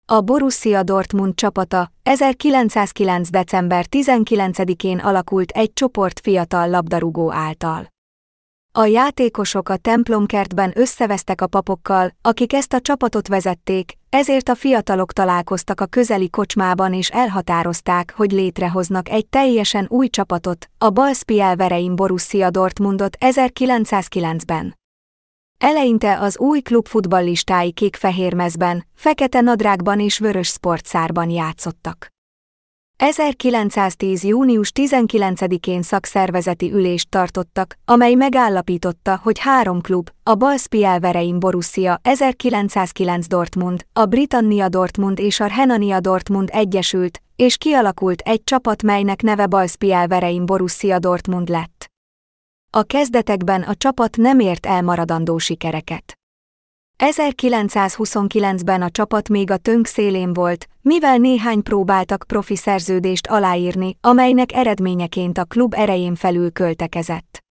A Borussia Dortmund csapata 1909. december 19-én alakult egy csoport fiatal labdarúgó által. A játékosok a templomkertben összevesztek a papokkal, akik ezt a csapatot vezették, ezért a fiatalok találkoztak a közeli kocsmában és elhatározták, hogy létrehoznak egy teljesen új csapatot, a Ballspiel-Verein Borussia Dortmundot 1909-ben. Eleinte az új klub futballistái kék-fehér mezben, fekete nadrágban és vörös sportszárban játszottak. 1910. június 19-én szakszervezeti ülést tartottak, amely megállapította, hogy 3 klub, a Ballspiel-Verein Borussia 1909 Dortmund, a Britannia Dortmund és a Rhenania Dortmund egyesült, és kialakult egy csapat, melynek neve Ballspiel-Verein Borussia Dortmund lett. A kezdetekben a csapat nem ért el maradandó sikereket. 1929-ben a csapat még a tönk szélén volt, mivel néhány próbáltak profi szerződést aláírni, amelynek eredményeként a klub erején felül költekezett.